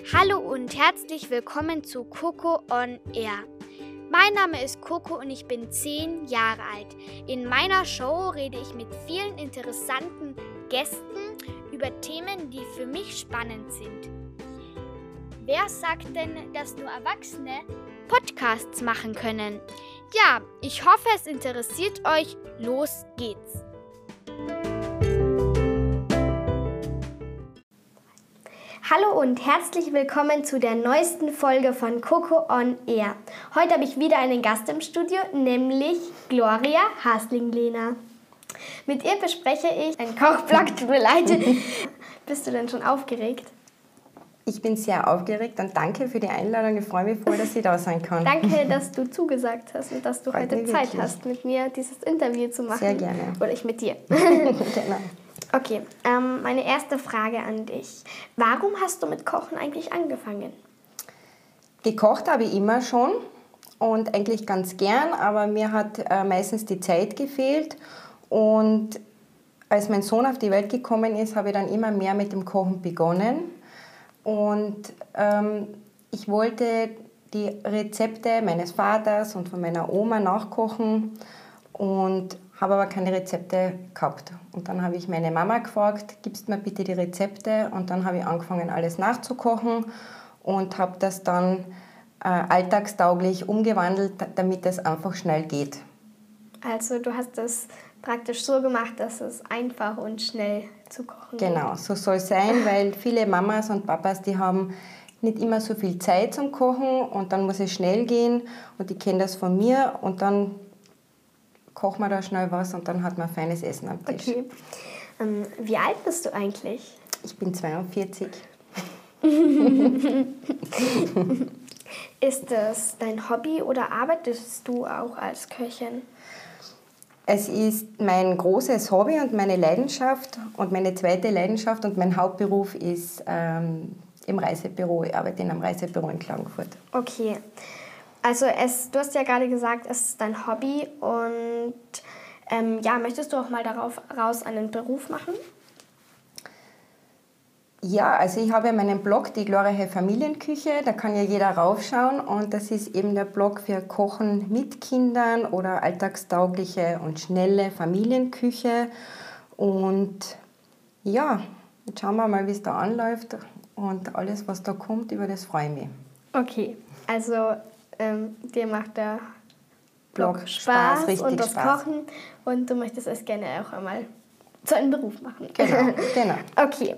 Hallo und herzlich willkommen zu Coco on Air. Mein Name ist Coco und ich bin 10 Jahre alt. In meiner Show rede ich mit vielen interessanten Gästen über Themen, die für mich spannend sind. Wer sagt denn, dass nur Erwachsene Podcasts machen können? Ja, ich hoffe, es interessiert euch. Los geht's! Hallo und herzlich willkommen zu der neuesten Folge von Coco on Air. Heute habe ich wieder einen Gast im Studio, nämlich Gloria Hasling-Lehner. Mit ihr bespreche ich einen Kochblog, tut mir leid. Bist du denn schon aufgeregt? Ich bin sehr aufgeregt und danke für die Einladung. Ich freue mich voll, dass ich da sein kann. Danke, dass du zugesagt hast und dass du heute Zeit hast, mit mir dieses Interview zu machen. Sehr gerne. Oder ich mit dir. Genau. Okay, meine erste Frage an dich. Warum hast du mit Kochen eigentlich angefangen? Gekocht habe ich immer schon und eigentlich ganz gern, aber mir hat meistens die Zeit gefehlt. Und als mein Sohn auf die Welt gekommen ist, habe ich dann immer mehr mit dem Kochen begonnen. Und ich wollte die Rezepte meines Vaters und von meiner Oma nachkochen und habe aber keine Rezepte gehabt. Und dann habe ich meine Mama gefragt, gibst mir bitte die Rezepte? Und dann habe ich angefangen, alles nachzukochen und habe das dann alltagstauglich umgewandelt, damit es einfach schnell geht. Also du hast das praktisch so gemacht, dass es einfach und schnell zu kochen geht. Genau, so soll es sein, weil viele Mamas und Papas, die haben nicht immer so viel Zeit zum Kochen und dann muss es schnell gehen und die kennen das von mir und dann kochen wir da schnell was und dann hat man feines Essen am Tisch. Okay. Wie alt bist du eigentlich? Ich bin 42. Ist das dein Hobby oder arbeitest du auch als Köchin? Es ist mein großes Hobby und meine Leidenschaft und meine zweite Leidenschaft und mein Hauptberuf ist im Reisebüro. Ich arbeite in einem Reisebüro in Klagenfurt. Okay. Also du hast ja gerade gesagt, es ist dein Hobby und möchtest du auch mal darauf raus einen Beruf machen? Ja, also ich habe ja meinen Blog, die glorreiche Familienküche, da kann ja jeder raufschauen und das ist eben der Blog für Kochen mit Kindern oder alltagstaugliche und schnelle Familienküche und ja, jetzt schauen wir mal, wie es da anläuft und alles, was da kommt, über das freue ich mich. Okay, also dir macht der Blog Spaß richtig und das Spaß. Kochen und du möchtest es gerne auch einmal zu einem Beruf machen. Genau. Okay.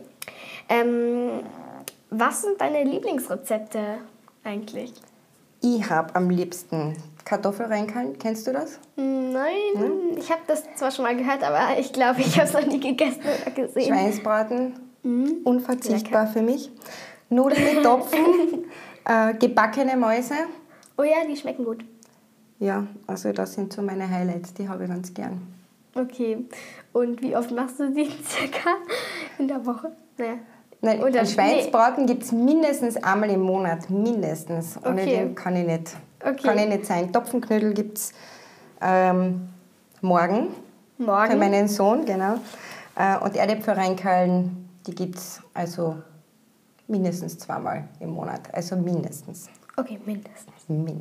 Was sind deine Lieblingsrezepte eigentlich? Ich habe am liebsten Kartoffelreinkaln. Kennst du das? Nein, Ich habe das zwar schon mal gehört, aber ich glaube, ich habe es noch nie gegessen oder gesehen. Schweinsbraten, unverzichtbar für mich. Nudeln mit Topfen, gebackene Mäuse. Oh ja, die schmecken gut. Ja, also das sind so meine Highlights, die habe ich ganz gern. Okay, und wie oft machst du die circa in der Woche? Naja. Nein, einen Schweinsbraten gibt es mindestens einmal im Monat, mindestens. Ohne den kann ich nicht sein. Topfenknödel gibt es morgen für meinen Sohn, genau. Und Erdäpfelreinkallen, die gibt es also mindestens 2-mal im Monat, also mindestens. Okay, mindestens.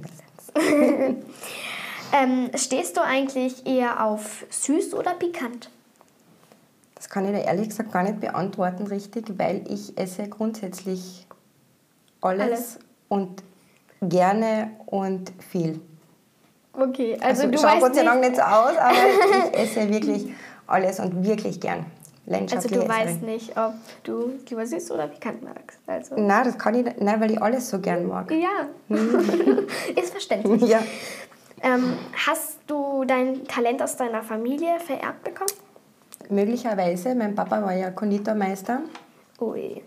Stehst du eigentlich eher auf süß oder pikant? Das kann ich dir ehrlich gesagt gar nicht beantworten richtig, weil ich esse grundsätzlich alles. Und gerne und viel. Okay, also du schaut weißt Gott sei Dank nicht so aus, aber ich esse wirklich alles und wirklich gern. Also du weißt nicht, ob du lieber süß oder pikant magst? Also. Nein, das kann ich nicht, weil ich alles so gern mag. Ja, ist verständlich. Ja. Hast du dein Talent aus deiner Familie vererbt bekommen? Möglicherweise. Mein Papa war ja Konditormeister. Ui.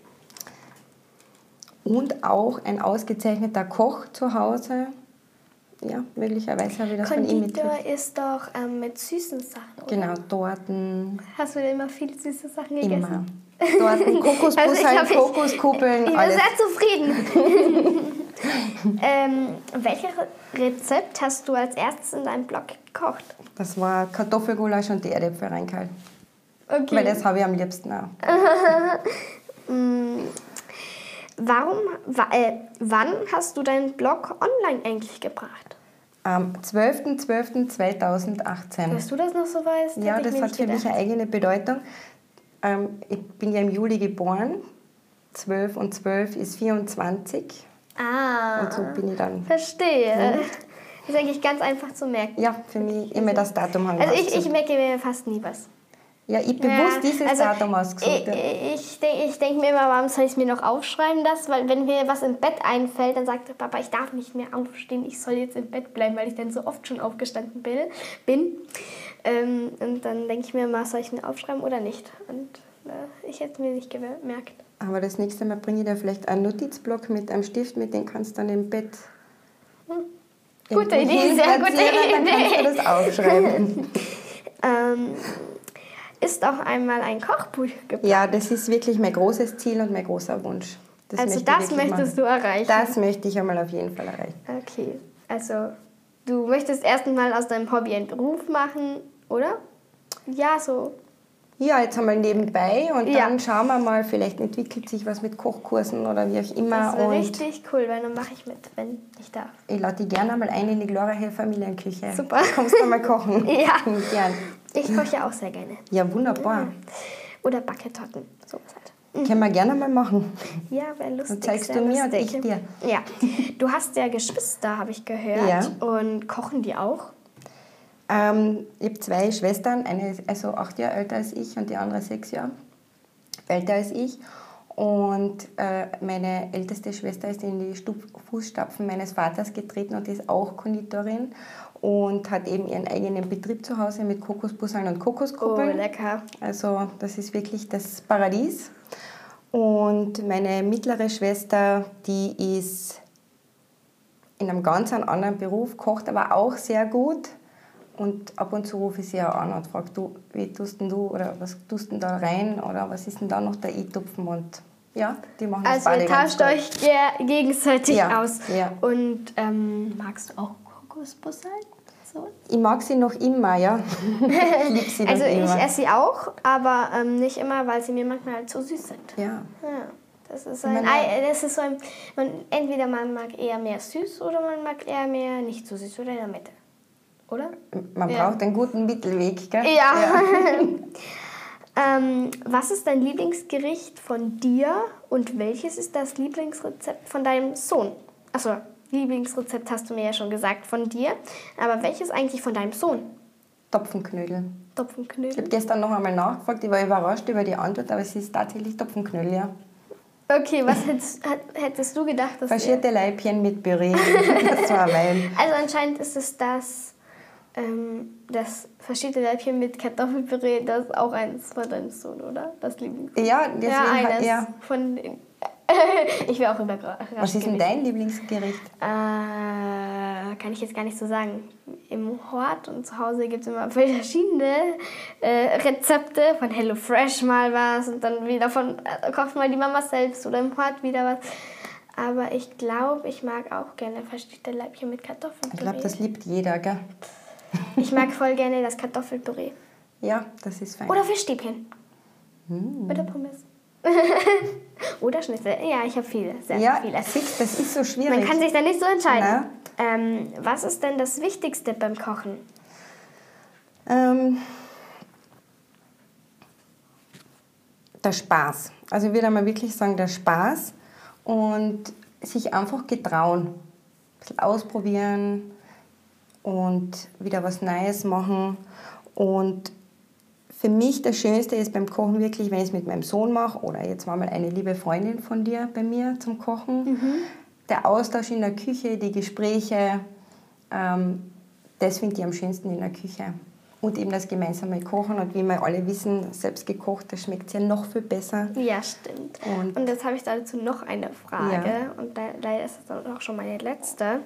Und auch ein ausgezeichneter Koch zu Hause. Ja, möglicherweise habe ich das von ihm mitgekriegt. Konditor ist doch mit süßen Sachen, oder? Genau, Torten. Hast du denn immer viele süße Sachen gegessen? Immer. Torten, Kokosbussel, Kokoskuppeln, ich alles. bin sehr zufrieden. Welches Rezept hast du als erstes in deinem Blog gekocht? Das war Kartoffelgulasch und die Erdäpfelreinkaln. Okay. Weil das habe ich am liebsten auch. Wann hast du deinen Blog online eigentlich gebracht? Am 12.12.2018. Dass du das noch so weißt? Ja, das hat für mich eine eigene Bedeutung. Ich bin ja im Juli geboren. 12 und 12 ist 24. Und so bin ich dann. Verstehe. Das ist eigentlich ganz einfach zu merken. Ja, für mich immer das Datum haben. Also ich merke mir fast nie was. Ja, ich bewusst dieses Datum ausgesucht. Ich denk mir immer, warum soll ich es mir noch aufschreiben, das? Weil wenn mir was im Bett einfällt, dann sagt der Papa, ich darf nicht mehr aufstehen, ich soll jetzt im Bett bleiben, weil ich dann so oft schon aufgestanden bin. Und dann denke ich mir immer, soll ich ihn aufschreiben oder nicht? Und ich hätte es mir nicht gemerkt. Aber das nächste Mal bringe ich dir vielleicht einen Notizblock mit einem Stift, mit dem kannst du dann im Bett... Gute Idee, sehr gute Idee. Dann kannst du das aufschreiben. Ist auch einmal ein Kochbuch geplant? Ja, das ist wirklich mein großes Ziel und mein großer Wunsch. Das möchtest du erreichen? Das möchte ich einmal auf jeden Fall erreichen. Okay, also du möchtest erst einmal aus deinem Hobby einen Beruf machen, oder? Ja, so. Ja, jetzt einmal nebenbei und dann schauen wir mal, vielleicht entwickelt sich was mit Kochkursen oder wie auch immer. Das wäre richtig cool, weil dann mache ich mit, wenn ich darf. Ich lade dich gerne einmal ein in die Gloria Familienküche. Super. Du kommst du mal kochen. Ja. Gern. Ich koche ja auch sehr gerne. Ja, wunderbar. Oder backe Torten, sowas halt. Können wir gerne mal machen. Ja, wäre lustig. Dann zeigst du mir und ich dir. Ja. Du hast ja Geschwister, habe ich gehört. Ja. Und kochen die auch? Ich habe 2 Schwestern, eine ist also 8 Jahre älter als ich und die andere 6 Jahre älter als ich. Und meine älteste Schwester ist in die Fußstapfen meines Vaters getreten und ist auch Konditorin und hat eben ihren eigenen Betrieb zu Hause mit Kokosbusseln und Kokoskuppeln. Oh, lecker. Also das ist wirklich das Paradies. Und meine mittlere Schwester, die ist in einem ganz anderen Beruf, kocht aber auch sehr gut. Und ab und zu rufe ich sie auch an und frage, du, wie tust denn du oder was tust denn da rein oder was ist denn da noch der i-Tupfen? Und ja, die machen das beide ganz gut. Also ihr tauscht euch gegenseitig aus. Ja. Und magst du auch Kokosbusseln? So? Ich mag sie noch immer, ja. Ich liebe sie also noch immer. Ich esse sie auch, aber nicht immer, weil sie mir manchmal zu süß sind. Ja. Das ist so ein, entweder man mag eher mehr süß oder man mag eher mehr nicht so süß oder in der Mitte. Oder? Man braucht einen guten Mittelweg, gell? Ja. Was ist dein Lieblingsgericht von dir und welches ist das Lieblingsrezept von deinem Sohn? Achso, Lieblingsrezept hast du mir ja schon gesagt von dir, aber welches eigentlich von deinem Sohn? Topfenknödel. Topfenknödel? Ich habe gestern noch einmal nachgefragt, ich war überrascht über die Antwort, aber es ist tatsächlich Topfenknödel, ja. Okay, was hättest du gedacht? Dass Faschierte Leibchen mit Püree, das war mein. Also anscheinend ist es das faschierte Leibchen mit Kartoffelpüree, das ist auch eins von deinem Sohn, oder? Das Lieblingsgericht. Ja, deswegen eines von den. Ich wäre auch überrascht. Was ist denn dein Lieblingsgericht? Kann ich jetzt gar nicht so sagen. Im Hort und zu Hause gibt es immer verschiedene Rezepte. Von HelloFresh mal was und dann wieder kocht mal die Mama selbst oder im Hort wieder was. Aber ich glaube, ich mag auch gerne faschierte Leibchen mit Kartoffelpüree. Ich glaube, das liebt jeder, gell? Ich mag voll gerne das Kartoffelpüree. Ja, das ist fein. Oder Fischstäbchen. Oder Pommes. Oder Schnitzel. Ja, ich habe viele, sehr viele. Das ist so schwierig. Man kann sich da nicht so entscheiden. Was ist denn das Wichtigste beim Kochen? Der Spaß. Also ich würde mal wirklich sagen, der Spaß und sich einfach getrauen. Ein bisschen ausprobieren und wieder was Neues machen. Und für mich das Schönste ist beim Kochen wirklich, wenn ich es mit meinem Sohn mache oder jetzt war mal eine liebe Freundin von dir bei mir zum Kochen. Der Austausch in der Küche, die Gespräche, das finde ich am schönsten in der Küche. Und eben das gemeinsame Kochen. Und wie wir alle wissen, selbst gekocht, das schmeckt ja noch viel besser. Ja, stimmt. Und jetzt habe ich dazu noch eine Frage. Ja. Und leider ist das dann auch schon meine letzte.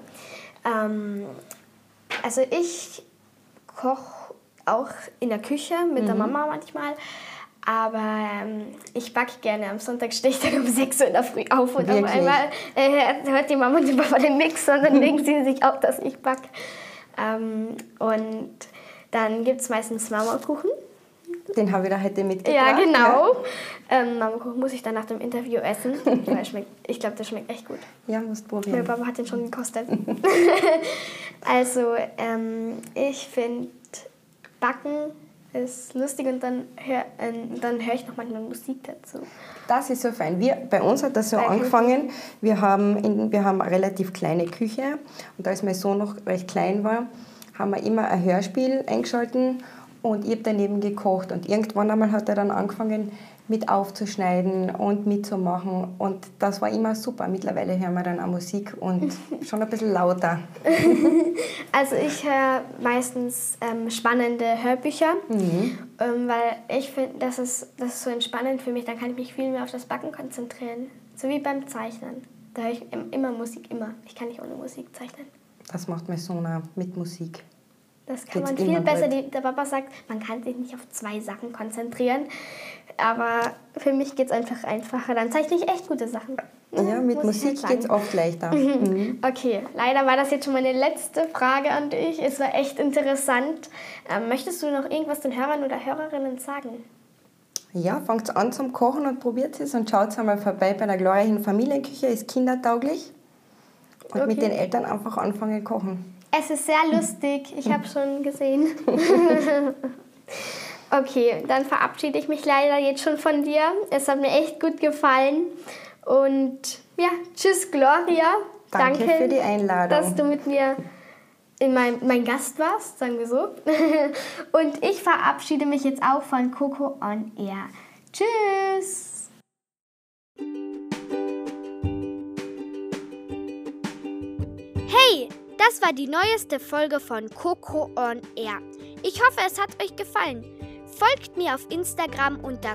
Also ich koche auch in der Küche mit der Mama manchmal. Aber ich backe gerne. Am Sonntag stehe ich dann um 6 Uhr in der Früh auf und auf einmal hört die Mama und die Papa den Mix und dann denken sie sich auch, dass ich backe. Und dann gibt es meistens Marmorkuchen. Den habe ich da heute mitgebracht. Ja, genau. Marmorkuchen muss ich dann nach dem Interview essen. Weil ich glaube, der schmeckt echt gut. Ja, musst probieren. Mein Papa hat den schon gekostet. Also, ich finde, Backen ist lustig und dann höre ich noch manchmal Musik dazu. Das ist so fein. Bei uns hat das so angefangen. Wir haben eine relativ kleine Küche und als mein Sohn noch recht klein war, haben wir immer ein Hörspiel eingeschaltet und ich habe daneben gekocht. Und irgendwann einmal hat er dann angefangen mit aufzuschneiden und mitzumachen und das war immer super. Mittlerweile hören wir dann auch Musik und schon ein bisschen lauter. Also ich höre meistens spannende Hörbücher, weil ich finde, das ist so entspannend für mich. Dann kann ich mich viel mehr auf das Backen konzentrieren, so wie beim Zeichnen. Da höre ich immer Musik, immer. Ich kann nicht ohne Musik zeichnen. Das macht mein Sohn auch mit Musik. Das kann man viel besser. Der Papa sagt, man kann sich nicht auf 2 Sachen konzentrieren. Aber für mich geht es einfach einfacher. Dann zeichne ich echt gute Sachen. Ja, mit Musik geht es oft leichter. Okay, leider war das jetzt schon meine letzte Frage an dich. Es war echt interessant. Möchtest du noch irgendwas den Hörern oder Hörerinnen sagen? Ja, fangt an zum Kochen und probiert es und schaut einmal vorbei bei der glorreichen Familienküche. Ist kindertauglich. Und mit den Eltern einfach anfangen kochen. Es ist sehr lustig. Ich habe schon gesehen. Okay, dann verabschiede ich mich leider jetzt schon von dir. Es hat mir echt gut gefallen. Und ja, tschüss Gloria. Danke für die Einladung. Dass du mit mir mein Gast warst, sagen wir so. Und ich verabschiede mich jetzt auch von Coco on Air. Tschüss. Hey, das war die neueste Folge von Coco on Air. Ich hoffe, es hat euch gefallen. Folgt mir auf Instagram unter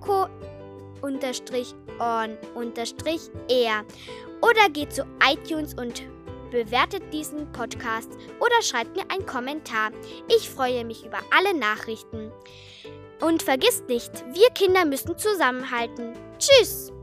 coco_on_air oder geht zu iTunes und bewertet diesen Podcast oder schreibt mir einen Kommentar. Ich freue mich über alle Nachrichten. Und vergisst nicht, wir Kinder müssen zusammenhalten. Tschüss!